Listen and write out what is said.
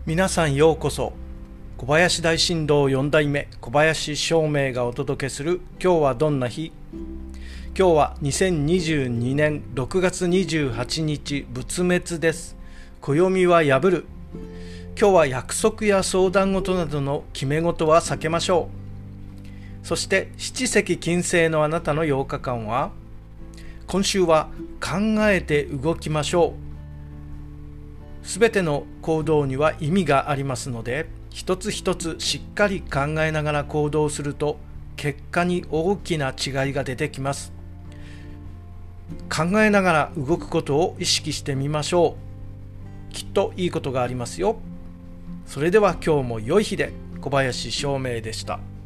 皆さんようこそ。小林大震動4代目小林照明がお届けする今日はどんな日。今日は2022年6月28日仏滅です。暦は破る。今日は約束や相談事などの決め事は避けましょう。そして七石金星のあなたの8日間は、今週は考えて動きましょう。すべての行動には意味がありますので、一つ一つしっかり考えながら行動すると結果に大きな違いが出てきます。考えながら動くことを意識してみましょう。きっといいことがありますよ。それでは今日も良い日で。小林照明でした。